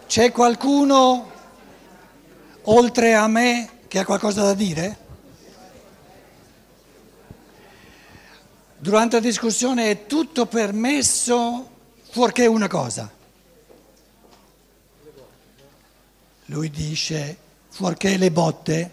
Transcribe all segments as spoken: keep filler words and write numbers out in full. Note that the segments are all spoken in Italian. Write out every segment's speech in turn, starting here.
C'è qualcuno oltre a me che ha qualcosa da dire? Durante la discussione è tutto permesso fuorché una cosa. Lui dice fuorché le botte.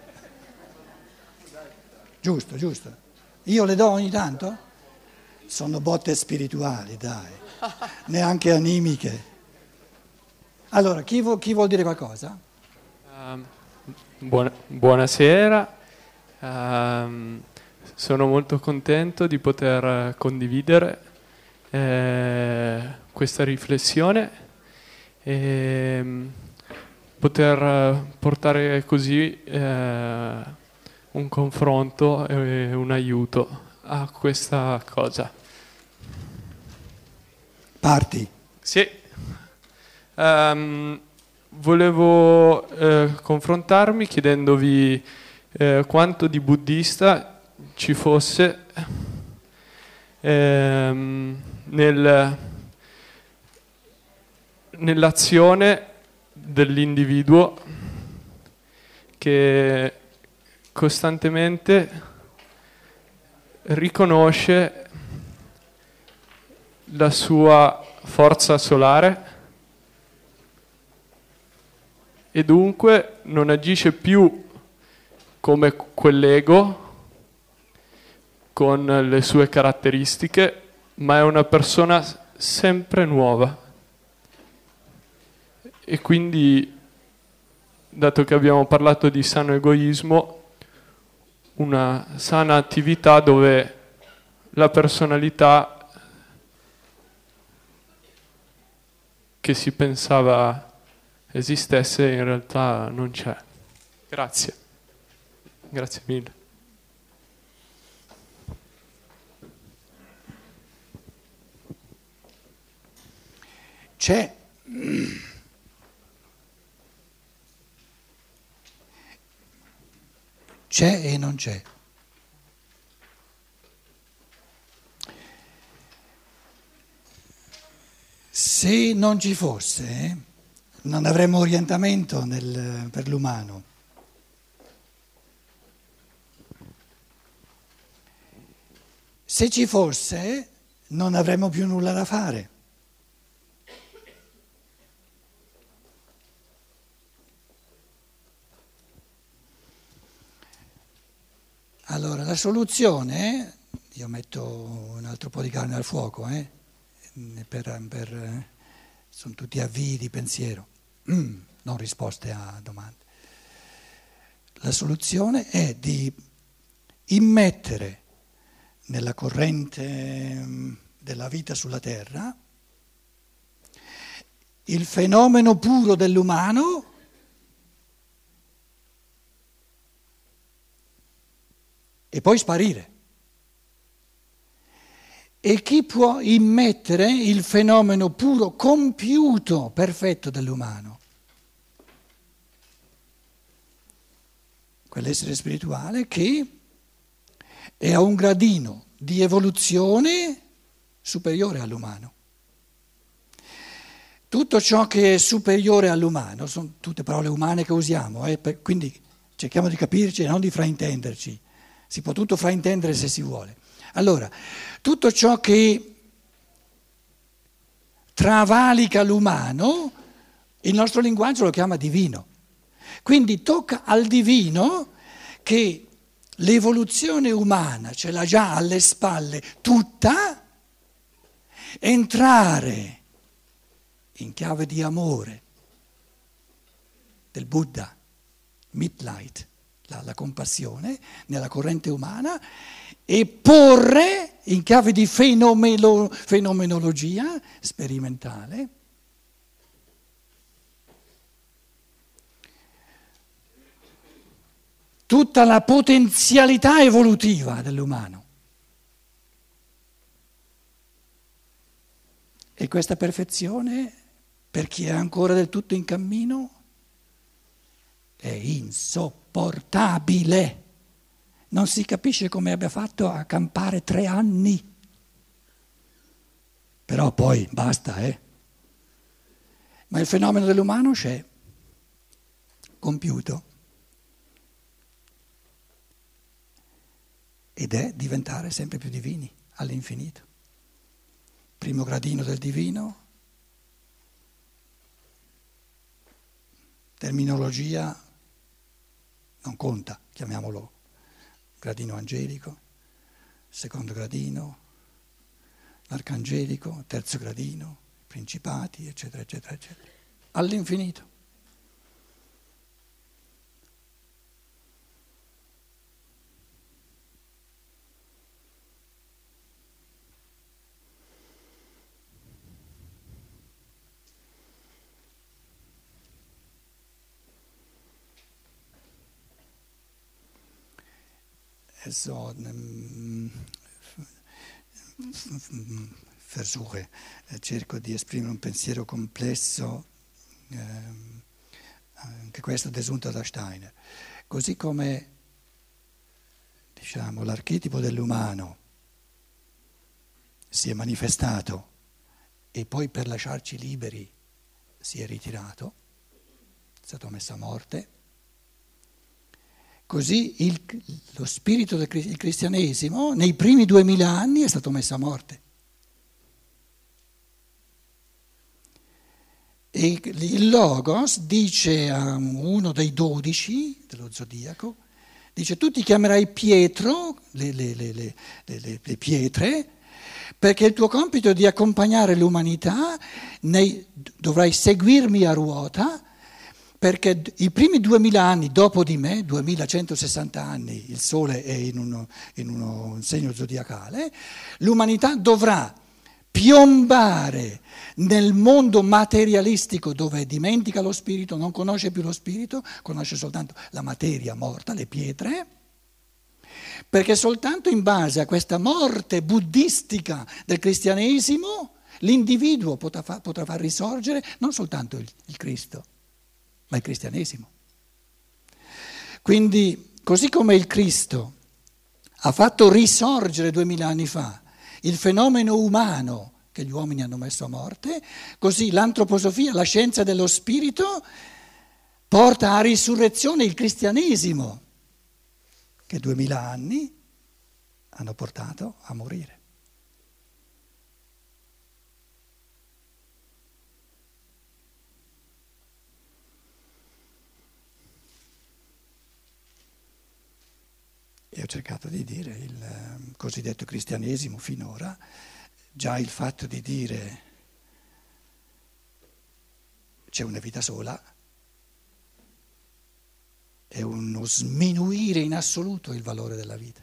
Giusto, giusto. Io le do ogni tanto? Sono botte spirituali, dai, neanche animiche. Allora, chi, vu- chi vuol dire qualcosa? Um, buona- buonasera, Um, sono molto contento di poter condividere eh, questa riflessione e mm, poter portare così eh, un confronto e un aiuto a questa cosa. Parti. Sì. Ehm, volevo eh, confrontarmi chiedendovi eh, quanto di buddista ci fosse ehm, nel- nell'azione dell'individuo che costantemente riconosce la sua forza solare e dunque non agisce più come quell'ego con le sue caratteristiche, ma è una persona sempre nuova. E quindi, dato che abbiamo parlato di sano egoismo, una sana attività dove la personalità che si pensava esistesse in realtà non c'è. Grazie. Grazie mille. C'è. C'è e non c'è. Se non ci fosse, non avremmo orientamento nel- per l'umano. Se ci fosse, non avremmo più nulla da fare. Allora, la soluzione, io metto un altro po' di carne al fuoco, eh, per, per, eh, sono tutti avvii di pensiero, mm, non risposte a domande. La soluzione è di immettere nella corrente mm, della vita sulla Terra il fenomeno puro dell'umano e poi sparire. E chi può immettere il fenomeno puro, compiuto, perfetto dell'umano? Quell'essere spirituale che è a un gradino di evoluzione superiore all'umano. Tutto ciò che è superiore all'umano, sono tutte parole umane che usiamo, eh, per, quindi cerchiamo di capirci e non di fraintenderci. Si può tutto fraintendere se si vuole. Allora, tutto ciò che travalica l'umano, il nostro linguaggio lo chiama divino. Quindi tocca al divino che l'evoluzione umana ce l'ha già alle spalle tutta, entrare in chiave di amore del Buddha, Mitleid, la, la compassione nella corrente umana, e porre in chiave di fenomeno, fenomenologia sperimentale tutta la potenzialità evolutiva dell'umano. E questa perfezione, per chi è ancora del tutto in cammino, è insopportabile. Non si capisce come abbia fatto a campare tre anni. Però poi basta, eh. Ma il fenomeno dell'umano c'è, compiuto, ed è diventare sempre più divini all'infinito. Primo gradino del divino, terminologia non conta, chiamiamolo gradino angelico, secondo gradino, l'arcangelico, terzo gradino, principati, eccetera, eccetera, eccetera, all'infinito. So, versuche, cerco di esprimere un pensiero complesso, ehm, anche questo desunto da Steiner. Così come, diciamo, l'archetipo dell'umano si è manifestato e poi per lasciarci liberi si è ritirato, è stato messo a morte. Così il, lo spirito del il cristianesimo nei primi duemila anni è stato messo a morte. E il Logos dice a uno dei dodici dello zodiaco, dice tu ti chiamerai Pietro, le, le, le, le, le, le pietre, perché il tuo compito è di accompagnare l'umanità, nei, dovrai seguirmi a ruota, perché i primi duemila anni dopo di me, duemilacentosessanta anni, il Sole è in, uno, in uno segno zodiacale, l'umanità dovrà piombare nel mondo materialistico dove dimentica lo spirito, non conosce più lo spirito, conosce soltanto la materia morta, le pietre, perché soltanto in base a questa morte buddistica del cristianesimo l'individuo potrà far, potrà far risorgere non soltanto il, il Cristo, ma il cristianesimo. Quindi, così come il Cristo ha fatto risorgere duemila anni fa il fenomeno umano che gli uomini hanno messo a morte, così l'antroposofia, la scienza dello spirito, porta a risurrezione il cristianesimo, che duemila anni hanno portato a morire. E ho cercato di dire il cosiddetto cristianesimo finora, già il fatto di dire c'è una vita sola è uno sminuire in assoluto il valore della vita.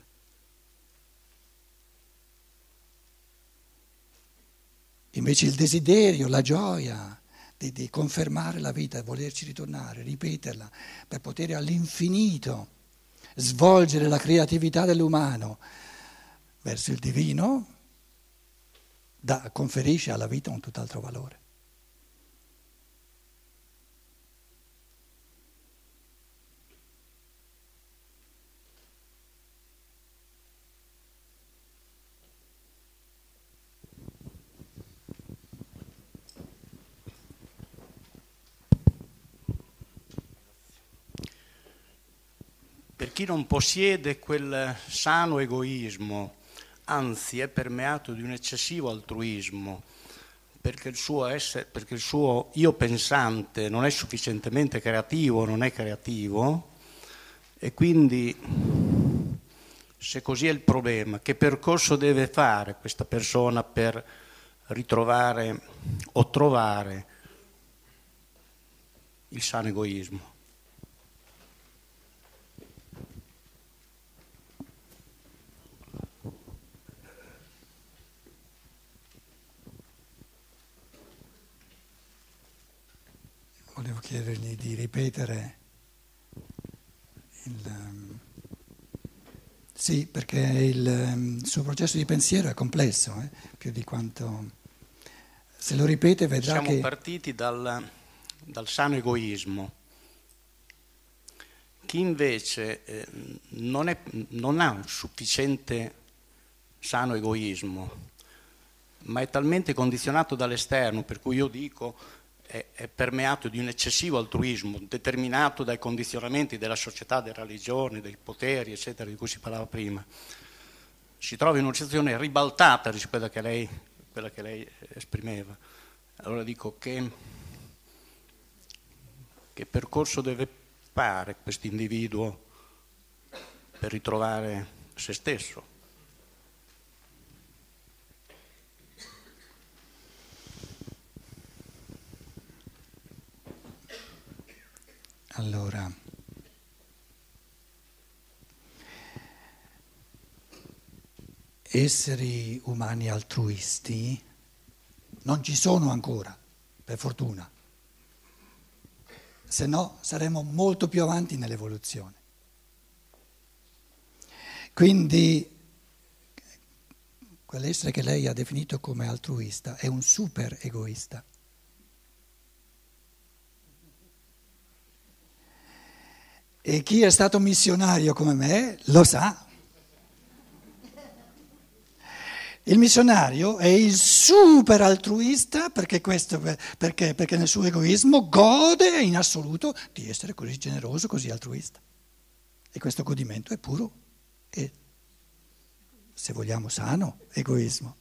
Invece il desiderio, la gioia di, di confermare la vita, volerci ritornare, ripeterla, per poter all'infinito svolgere la creatività dell'umano verso il divino, da, conferisce alla vita un tutt'altro valore. Per chi non possiede quel sano egoismo, anzi è permeato di un eccessivo altruismo, perché il suo essere, perché il suo io pensante non è sufficientemente creativo, non è creativo, e quindi, se così è il problema, che percorso deve fare questa persona per ritrovare o trovare il sano egoismo? Volevo chiedergli di ripetere il... Sì, perché il, il suo processo di pensiero è complesso, eh? Più di quanto... Se lo ripete vedrà Siamo che... Siamo partiti dal, dal sano egoismo. Chi invece eh, non, è, non ha un sufficiente sano egoismo, ma è talmente condizionato dall'esterno, per cui io dico... è, è permeato di un eccessivo altruismo determinato dai condizionamenti della società, delle religioni, dei poteri, eccetera, di cui si parlava prima, si trova in una situazione ribaltata rispetto a che lei, quella che lei esprimeva. Allora dico che, che percorso deve fare questo individuo per ritrovare se stesso? Allora, esseri umani altruisti non ci sono ancora, per fortuna, se no saremmo molto più avanti nell'evoluzione. Quindi quell'essere che lei ha definito come altruista è un super egoista. E chi è stato missionario come me lo sa. Il missionario è il super altruista perché, questo, perché, perché nel suo egoismo gode in assoluto di essere così generoso, così altruista. E questo godimento è puro e, se vogliamo, sano egoismo.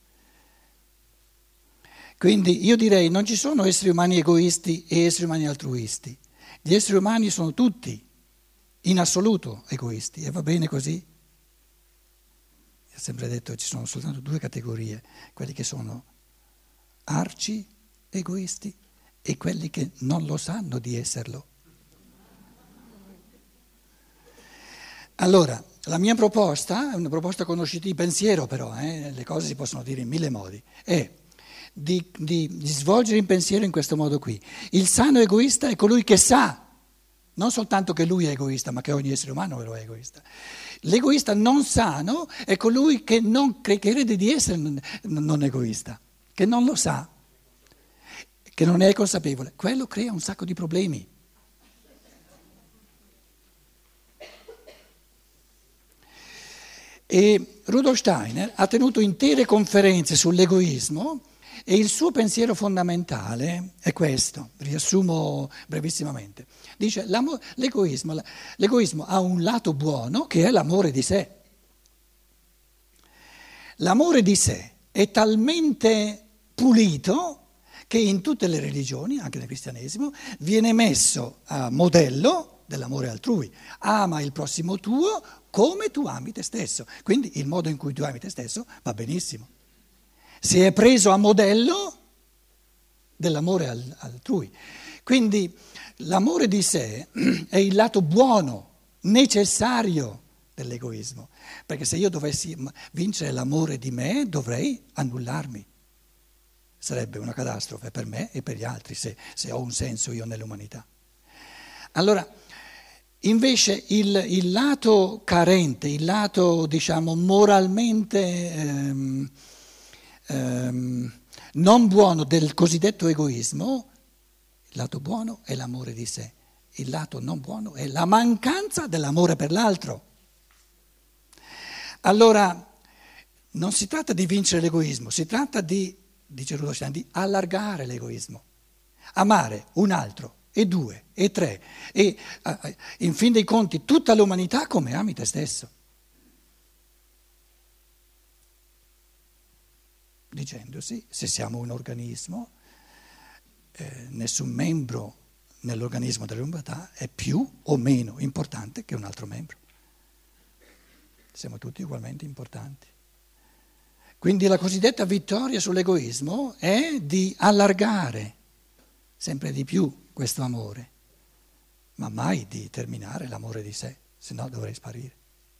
Quindi io direi non ci sono esseri umani egoisti e esseri umani altruisti. Gli esseri umani sono tutti in assoluto egoisti e va bene così. Ho sempre detto che ci sono soltanto due categorie, quelli che sono arci egoisti e quelli che non lo sanno di esserlo. Allora, la mia proposta, è una proposta conoscitiva di pensiero però, eh, le cose si possono dire in mille modi, è di, di, di svolgere il pensiero in questo modo qui. Il sano egoista è colui che sa, non soltanto che lui è egoista, ma che ogni essere umano lo è egoista. L'egoista non sano è colui che non che crede di essere non, non egoista, che non lo sa, che non è consapevole. Quello crea un sacco di problemi. E Rudolf Steiner ha tenuto intere conferenze sull'egoismo e il suo pensiero fondamentale è questo, riassumo brevissimamente. Dice l'egoismo, l'egoismo ha un lato buono che è l'amore di sé. L'amore di sé è talmente pulito che in tutte le religioni, anche nel cristianesimo, viene messo a modello dell'amore altrui. Ama il prossimo tuo come tu ami te stesso. Quindi il modo in cui tu ami te stesso va benissimo. Si è preso a modello dell'amore altrui. Quindi l'amore di sé è il lato buono, necessario dell'egoismo, perché se io dovessi vincere l'amore di me dovrei annullarmi. Sarebbe una catastrofe per me e per gli altri se, se ho un senso io nell'umanità. Allora, invece il, il lato carente, il lato diciamo moralmente ehm, ehm, non buono del cosiddetto egoismo, il lato buono è l'amore di sé, il lato non buono è la mancanza dell'amore per l'altro. Allora, non si tratta di vincere l'egoismo, si tratta di, dice Rudolf Steiner, di allargare l'egoismo, amare un altro e due e tre e in fin dei conti tutta l'umanità come ami te stesso. Dicendosi, se siamo un organismo, Eh, nessun membro nell'organismo dell'umanità è più o meno importante che un altro membro. Siamo tutti ugualmente importanti. Quindi la cosiddetta vittoria sull'egoismo è di allargare sempre di più questo amore, ma mai di terminare l'amore di sé, se no dovrei sparire.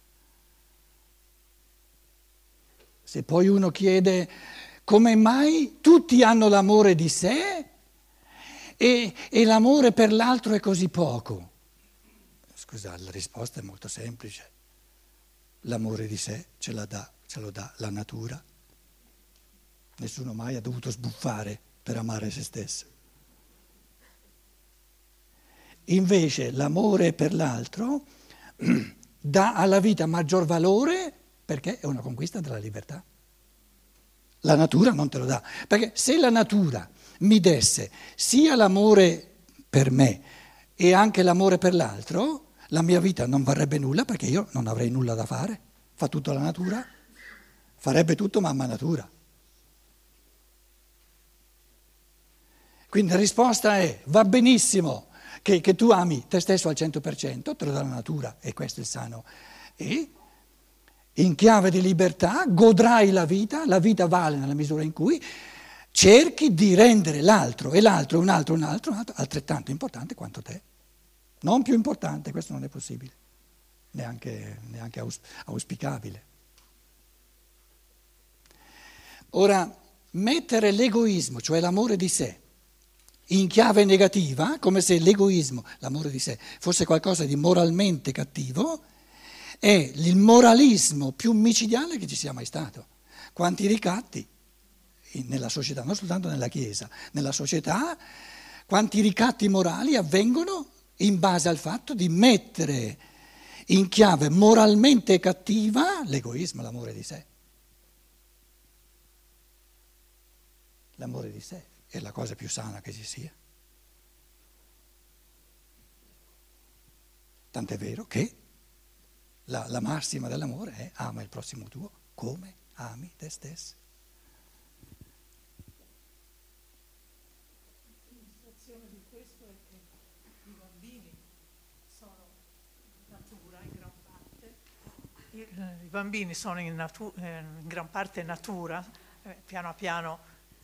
Se poi uno chiede come mai tutti hanno l'amore di sé, E, e l'amore per l'altro è così poco. Scusa, la risposta è molto semplice. L'amore di sé ce la dà, ce lo dà la natura. Nessuno mai ha dovuto sbuffare per amare se stesso. Invece l'amore per l'altro dà alla vita maggior valore perché è una conquista della libertà. La natura non te lo dà, perché se la natura mi desse sia l'amore per me e anche l'amore per l'altro, la mia vita non varrebbe nulla perché io non avrei nulla da fare. Fa tutto la natura, farebbe tutto mamma natura. Quindi la risposta è: va benissimo che, che tu ami te stesso al cento per cento, te lo dà la natura e questo è il sano. E in chiave di libertà godrai la vita, la vita vale nella misura in cui cerchi di rendere l'altro e l'altro e un altro, un altro, un altro altrettanto importante quanto te. Non più importante, questo non è possibile, neanche, neanche aus- auspicabile. Ora, mettere l'egoismo, cioè l'amore di sé, in chiave negativa, come se l'egoismo, l'amore di sé, fosse qualcosa di moralmente cattivo, è il moralismo più micidiale che ci sia mai stato. Quanti ricatti nella società, non soltanto nella Chiesa, nella società, quanti ricatti morali avvengono in base al fatto di mettere in chiave moralmente cattiva l'egoismo, l'amore di sé. L'amore di sé è la cosa più sana che ci sia. Tant'è vero che la, la massima dell'amore è: ama il prossimo tuo come ami te stesso. L'illustrazione di questo è che i bambini sono natura in gran parte, i, i bambini sono in, natu- eh, in gran parte natura, eh, piano piano.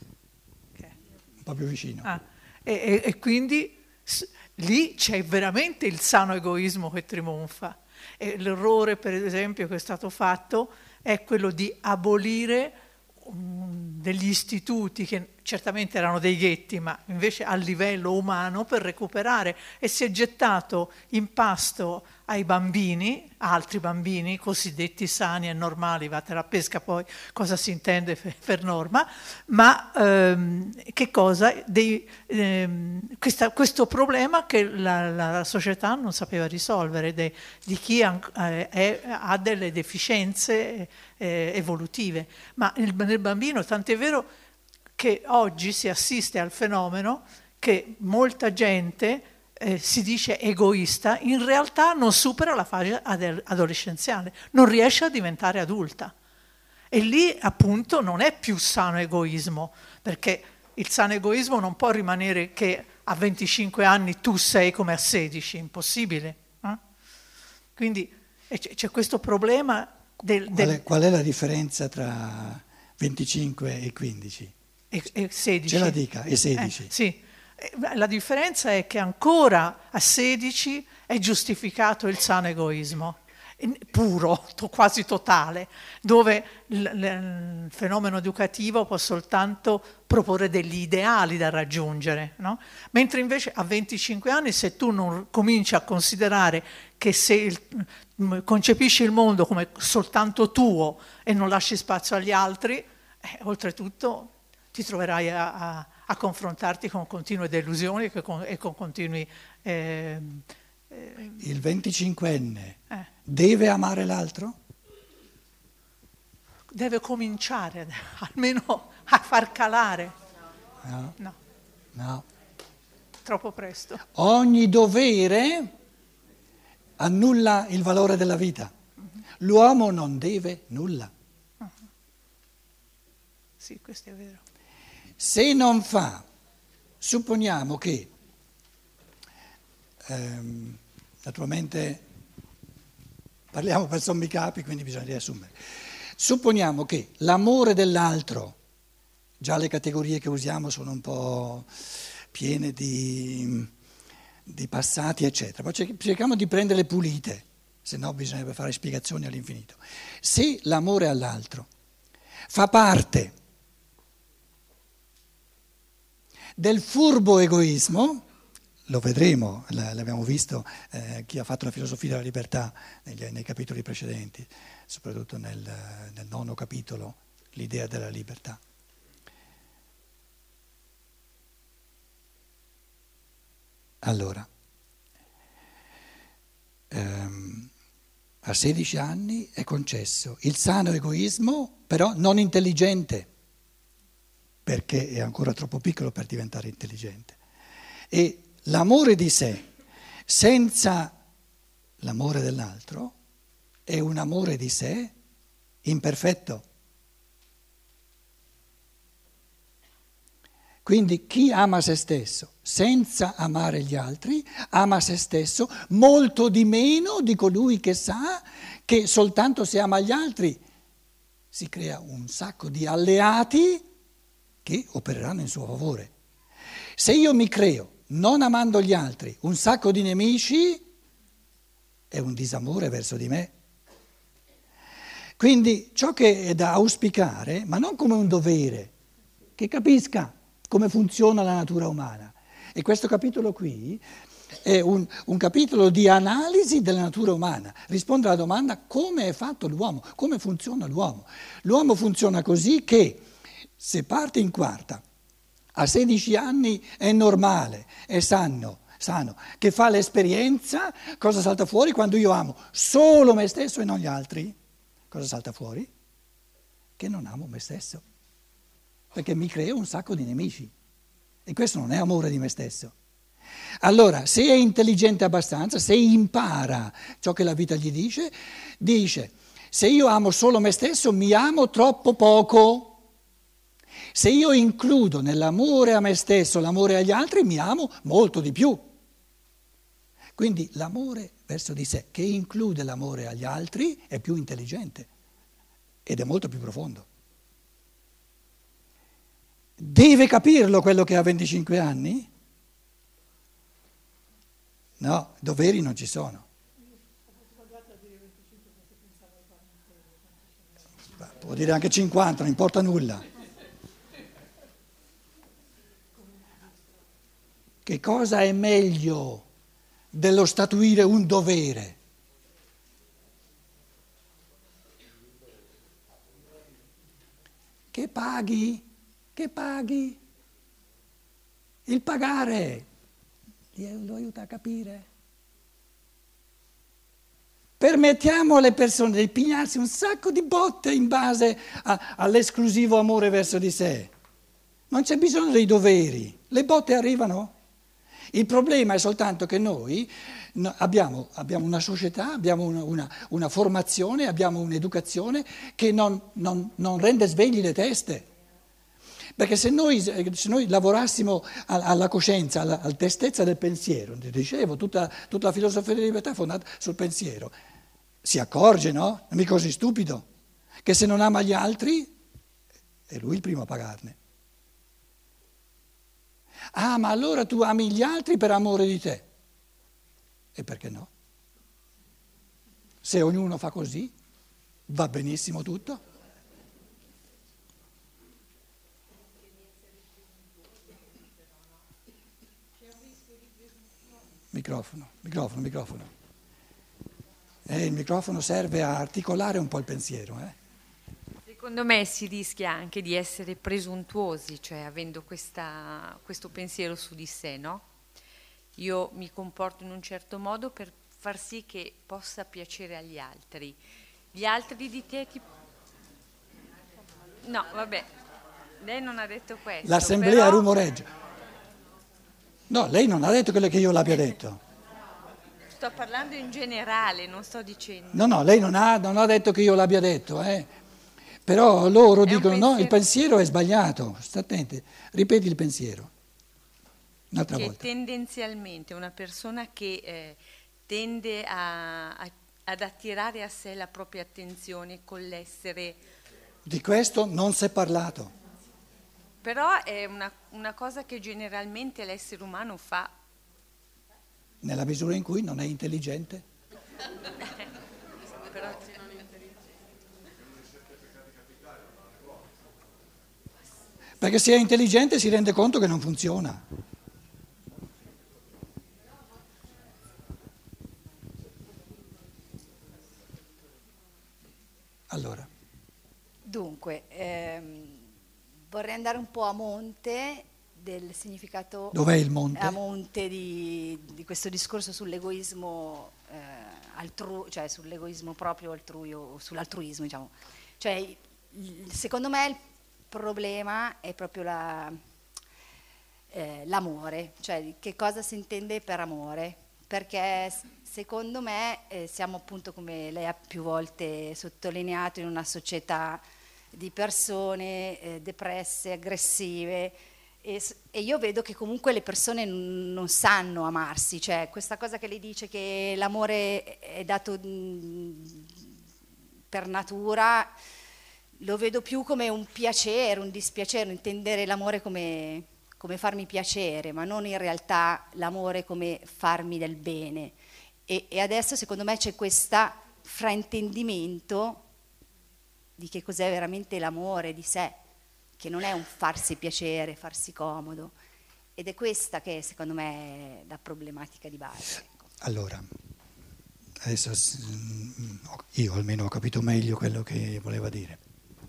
Un po' più vicino. Ah, e, e, e quindi s- lì c'è veramente il sano egoismo che trionfa. E l'errore, per esempio, che è stato fatto è quello di abolire um, degli istituti che certamente erano dei ghetti, ma invece a livello umano, per recuperare, e si è gettato in pasto ai bambini, altri bambini cosiddetti sani e normali, vate la pesca poi cosa si intende per norma, ma ehm, che cosa? Dei, ehm, questa, questo problema che la, la società non sapeva risolvere, de, di chi ha, eh, è, ha delle deficienze eh, evolutive. Ma nel, nel bambino, tant'è vero che oggi si assiste al fenomeno che molta gente Eh, si dice egoista, in realtà non supera la fase ad- adolescenziale, non riesce a diventare adulta. E lì appunto non è più sano egoismo, perché il sano egoismo non può rimanere che a venticinque anni tu sei come a sedici, impossibile. Eh? Quindi c'è, c'è questo problema del... del Qual, è, qual è la differenza tra venticinque e quindici? e, e sedici. Ce la dica, e sedici. Eh, sì. La differenza è che ancora a sedici è giustificato il sano egoismo, puro, to- quasi totale, dove l- l- il fenomeno educativo può soltanto proporre degli ideali da raggiungere, no? Mentre invece a venticinque anni, se tu non cominci a considerare che se il, concepisci il mondo come soltanto tuo e non lasci spazio agli altri, eh, oltretutto ti troverai a, a a confrontarti con continue delusioni e con, e con continui... Eh, eh, Il venticinquenne eh. deve amare l'altro? Deve cominciare almeno a far calare. No. No, No. troppo presto. Ogni dovere annulla il valore della vita. L'uomo non deve nulla. Sì, questo è vero. Se non fa, supponiamo che, ehm, naturalmente parliamo per sommi capi, quindi bisogna riassumere, supponiamo che l'amore dell'altro, già le categorie che usiamo sono un po' piene di, di passati, eccetera, poi cerchiamo di prenderle pulite, se no bisognerebbe fare spiegazioni all'infinito. Se l'amore all'altro fa parte del furbo egoismo, lo vedremo, l'abbiamo visto, eh, chi ha fatto la filosofia della libertà negli, nei capitoli precedenti, soprattutto nel, nel nono capitolo, l'idea della libertà. Allora, ehm, a sedici anni è concesso il sano egoismo, però non intelligente. perché è ancora troppo piccolo per diventare intelligente. E l'amore di sé senza l'amore dell'altro è un amore di sé imperfetto. Quindi chi ama se stesso senza amare gli altri, ama se stesso molto di meno di colui che sa che soltanto se ama gli altri si crea un sacco di alleati che opereranno in suo favore. Se io mi creo, non amando gli altri, un sacco di nemici, è un disamore verso di me. Quindi ciò che è da auspicare, ma non come un dovere, che capisca come funziona la natura umana. E questo capitolo qui è un, un capitolo di analisi della natura umana, risponde alla domanda come è fatto l'uomo, come funziona l'uomo. L'uomo funziona così che se parte in quarta, a sedici anni è normale, è sano, sano, che fa l'esperienza, cosa salta fuori quando io amo solo me stesso e non gli altri? Cosa salta fuori? Che non amo me stesso, perché mi creo un sacco di nemici e questo non è amore di me stesso. Allora, se è intelligente abbastanza, se impara ciò che la vita gli dice, dice, se io amo solo me stesso mi amo troppo poco. Se io includo nell'amore a me stesso l'amore agli altri, mi amo molto di più. Quindi l'amore verso di sé, che include l'amore agli altri, è più intelligente ed è molto più profondo. Deve capirlo quello che ha venticinque anni? No, doveri non ci sono. Può dire anche cinquanta, non importa nulla. Che cosa è meglio dello statuire un dovere? Che paghi, che paghi. Il pagare lo aiuta a capire. Permettiamo alle persone di pigliarsi un sacco di botte in base a, all'esclusivo amore verso di sé. Non c'è bisogno dei doveri, le botte arrivano. Il problema è soltanto che noi abbiamo, abbiamo una società, abbiamo una, una, una formazione, abbiamo un'educazione che non, non, non rende svegli le teste. Perché se noi, se noi lavorassimo alla coscienza, alla altezza del pensiero, dicevo, tutta, tutta la filosofia della libertà è fondata sul pensiero, si accorge, no? Non è mica così stupido, che se non ama gli altri è lui il primo a pagarne. Ah, ma allora tu ami gli altri per amore di te. E perché no? Se ognuno fa così, va benissimo tutto. Microfono, microfono, microfono. Eh, il microfono serve a articolare un po' il pensiero. Eh. Secondo me si rischia anche di essere presuntuosi, cioè avendo questa, questo pensiero su di sé, no? Io mi comporto in un certo modo per far sì che possa piacere agli altri. Gli altri di te ti... No, vabbè, lei non ha detto questo. L'assemblea però... rumoreggia. No, lei non ha detto quello che io l'abbia detto. Sto parlando in generale, non sto dicendo. No, no, lei non ha, non ha detto che io l'abbia detto, eh. Però loro È dicono pensiero... no, il pensiero è sbagliato. Sta attenti, ripeti il pensiero. Un'altra che volta. Tendenzialmente una persona che eh, tende a, a, ad attirare a sé la propria attenzione con l'essere... Di questo non si è parlato. Però è una, una cosa che generalmente l'essere umano fa. Nella misura in cui non è intelligente. Però... Perché se è intelligente si rende conto che non funziona. Allora. Dunque, ehm, vorrei andare un po' a monte del significato... Dov'è il monte? A monte di, di questo discorso sull'egoismo eh, altru, cioè sull'egoismo proprio altrui o sull'altruismo, diciamo. Cioè, il, secondo me il problema è proprio la, eh, l'amore, cioè che cosa si intende per amore, perché secondo me eh, siamo appunto, come lei ha più volte sottolineato, in una società di persone eh, depresse, aggressive, e, e io vedo che comunque le persone n- non sanno amarsi, cioè questa cosa che lei dice che l'amore è dato mh, per natura, lo vedo più come un piacere, un dispiacere, intendere l'amore come, come farmi piacere, ma non in realtà l'amore come farmi del bene. E, e adesso secondo me c'è questo fraintendimento di che cos'è veramente l'amore di sé, che non è un farsi piacere, farsi comodo, ed è questa che secondo me è la problematica di base. Allora, adesso io almeno ho capito meglio quello che voleva dire.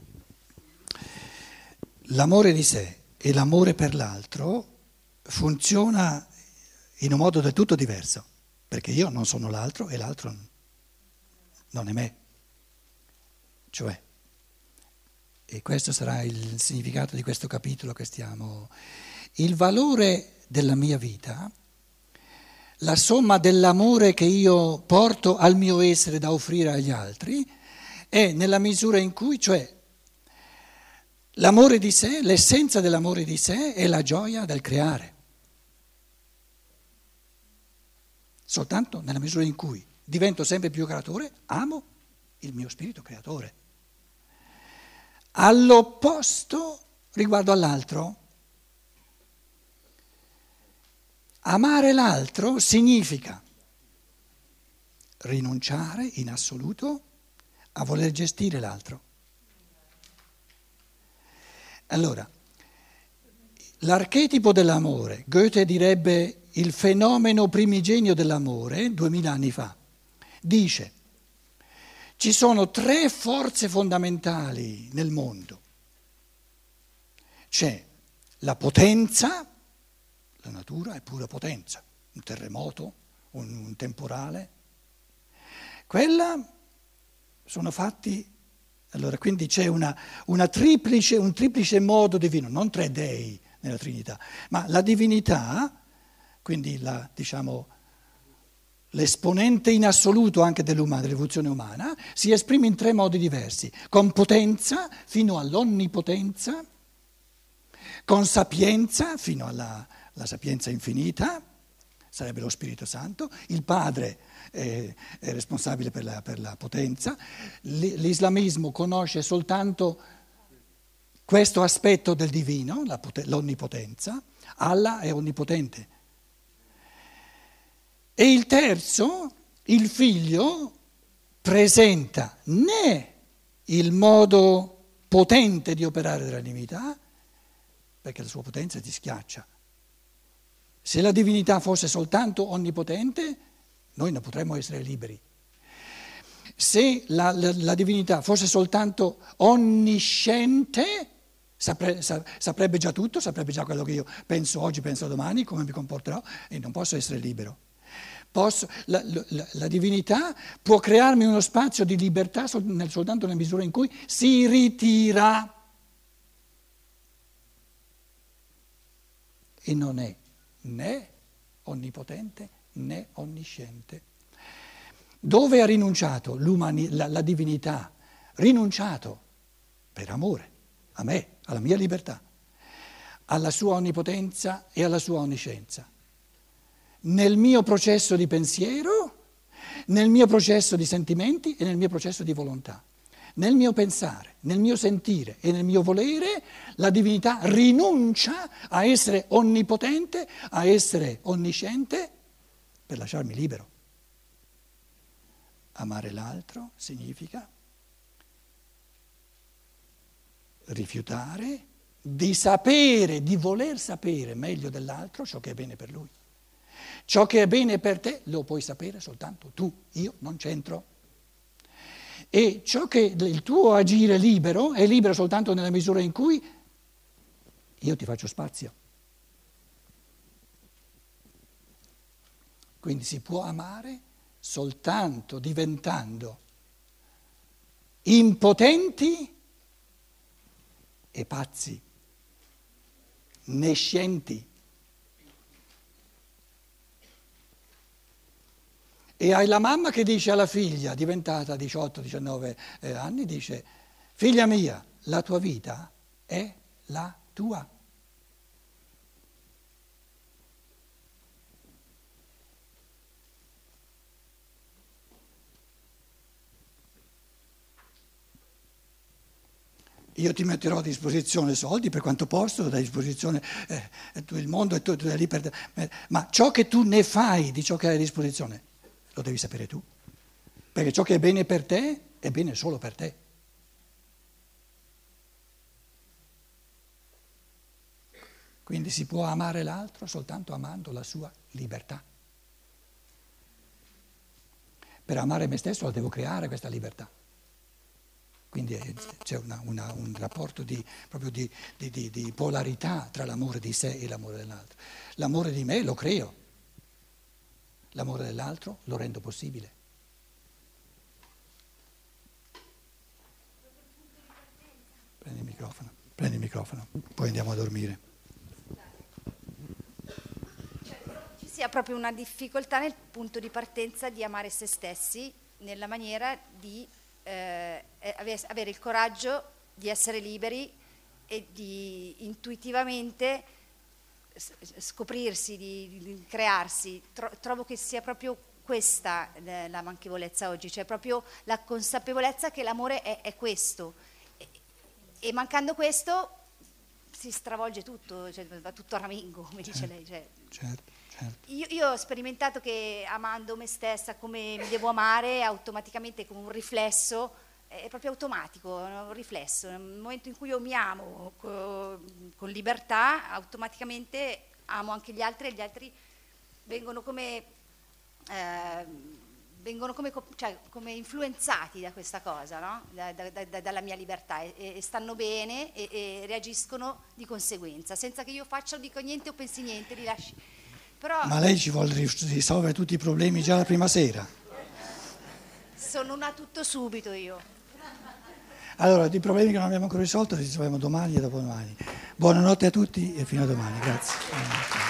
L'amore di sé e l'amore per l'altro funziona in un modo del tutto diverso, perché io non sono l'altro e l'altro non è me. Cioè, e questo sarà il significato di questo capitolo che stiamo... Il valore della mia vita, la somma dell'amore che io porto al mio essere da offrire agli altri, è nella misura in cui, cioè, l'amore di sé, l'essenza dell'amore di sé è la gioia del creare. Soltanto nella misura in cui divento sempre più creatore, amo il mio spirito creatore. All'opposto, riguardo all'altro, amare l'altro significa rinunciare in assoluto a voler gestire l'altro. Allora, l'archetipo dell'amore, Goethe direbbe il fenomeno primigenio dell'amore, duemila anni fa, dice: ci sono tre forze fondamentali nel mondo. C'è la potenza, la natura è pura potenza, un terremoto, un, un temporale. Quella sono fatti, allora quindi c'è una, una triplice, un triplice modo divino, non tre dei nella Trinità, ma la divinità, quindi la, diciamo, l'esponente in assoluto anche dell'umana, dell'evoluzione umana, si esprime in tre modi diversi, con potenza fino all'onnipotenza, con sapienza fino alla, alla sapienza infinita, sarebbe lo Spirito Santo, il Padre è, è responsabile per la, per la potenza, l'islamismo conosce soltanto questo aspetto del divino, la, l'onnipotenza, Allah è onnipotente. E il terzo, il figlio, presenta né il modo potente di operare della divinità, perché la sua potenza ti schiaccia. Se la divinità fosse soltanto onnipotente, noi non potremmo essere liberi. Se la, la, la divinità fosse soltanto onnisciente, sapre, saprebbe già tutto, saprebbe già quello che io penso oggi, penso domani, come mi comporterò, e non posso essere libero. Posso, la, la, la divinità può crearmi uno spazio di libertà sol, nel, soltanto nella misura in cui si ritira e non è né onnipotente né onnisciente. Dove ha rinunciato la, la divinità? Rinunciato per amore a me, alla mia libertà, alla sua onnipotenza e alla sua onniscienza. Nel mio processo di pensiero, nel mio processo di sentimenti e nel mio processo di volontà. Nel mio pensare, nel mio sentire e nel mio volere, la divinità rinuncia a essere onnipotente, a essere onnisciente, per lasciarmi libero. Amare l'altro significa rifiutare di sapere, di voler sapere meglio dell'altro ciò che è bene per lui. Ciò che è bene per te lo puoi sapere soltanto tu, io non c'entro. E ciò che il tuo agire libero è libero soltanto nella misura in cui io ti faccio spazio. Quindi si può amare soltanto diventando impotenti e pazzi, né scienti. E hai la mamma che dice alla figlia, diventata diciotto diciannove eh, anni, dice: figlia mia, la tua vita è la tua. Io ti metterò a disposizione soldi per quanto posso, a disposizione eh, il mondo è tutto lì per te. Ma ciò che tu ne fai di ciò che hai a disposizione lo devi sapere tu, perché ciò che è bene per te è bene solo per te. Quindi si può amare l'altro soltanto amando la sua libertà. Per amare me stesso la devo creare questa libertà. Quindi c'è una, una, un rapporto di, proprio di, di, di, di polarità tra l'amore di sé e l'amore dell'altro. L'amore di me lo creo, l'amore dell'altro lo rendo possibile. Prendi il microfono, prendi il microfono, poi andiamo a dormire. Ci sia proprio una difficoltà nel punto di partenza di amare se stessi nella maniera di eh, avere il coraggio di essere liberi e di intuitivamente scoprirsi, di, di crearsi. Tro, trovo che sia proprio questa eh, la manchevolezza oggi, cioè proprio la consapevolezza che l'amore è, è questo e, e mancando questo si stravolge tutto, cioè, va tutto a ramingo, come dice certo, lei. Cioè. Certo, certo. Io, io ho sperimentato che amando me stessa come mi devo amare, automaticamente come un riflesso, è proprio automatico, un riflesso. Nel momento in cui io mi amo con, con libertà, automaticamente amo anche gli altri e gli altri vengono come, eh, vengono come, cioè, come influenzati da questa cosa, no? da, da, da, dalla mia libertà e, e stanno bene e, e reagiscono di conseguenza, senza che io faccia o dica niente o pensi niente, li lasci. Però, ma lei ci vuole risolvere tutti i problemi già la prima sera? Sono una tutto subito io. Allora, i problemi che non abbiamo ancora risolto li risolviamo domani e dopodomani. Buonanotte a tutti e fino a domani, grazie.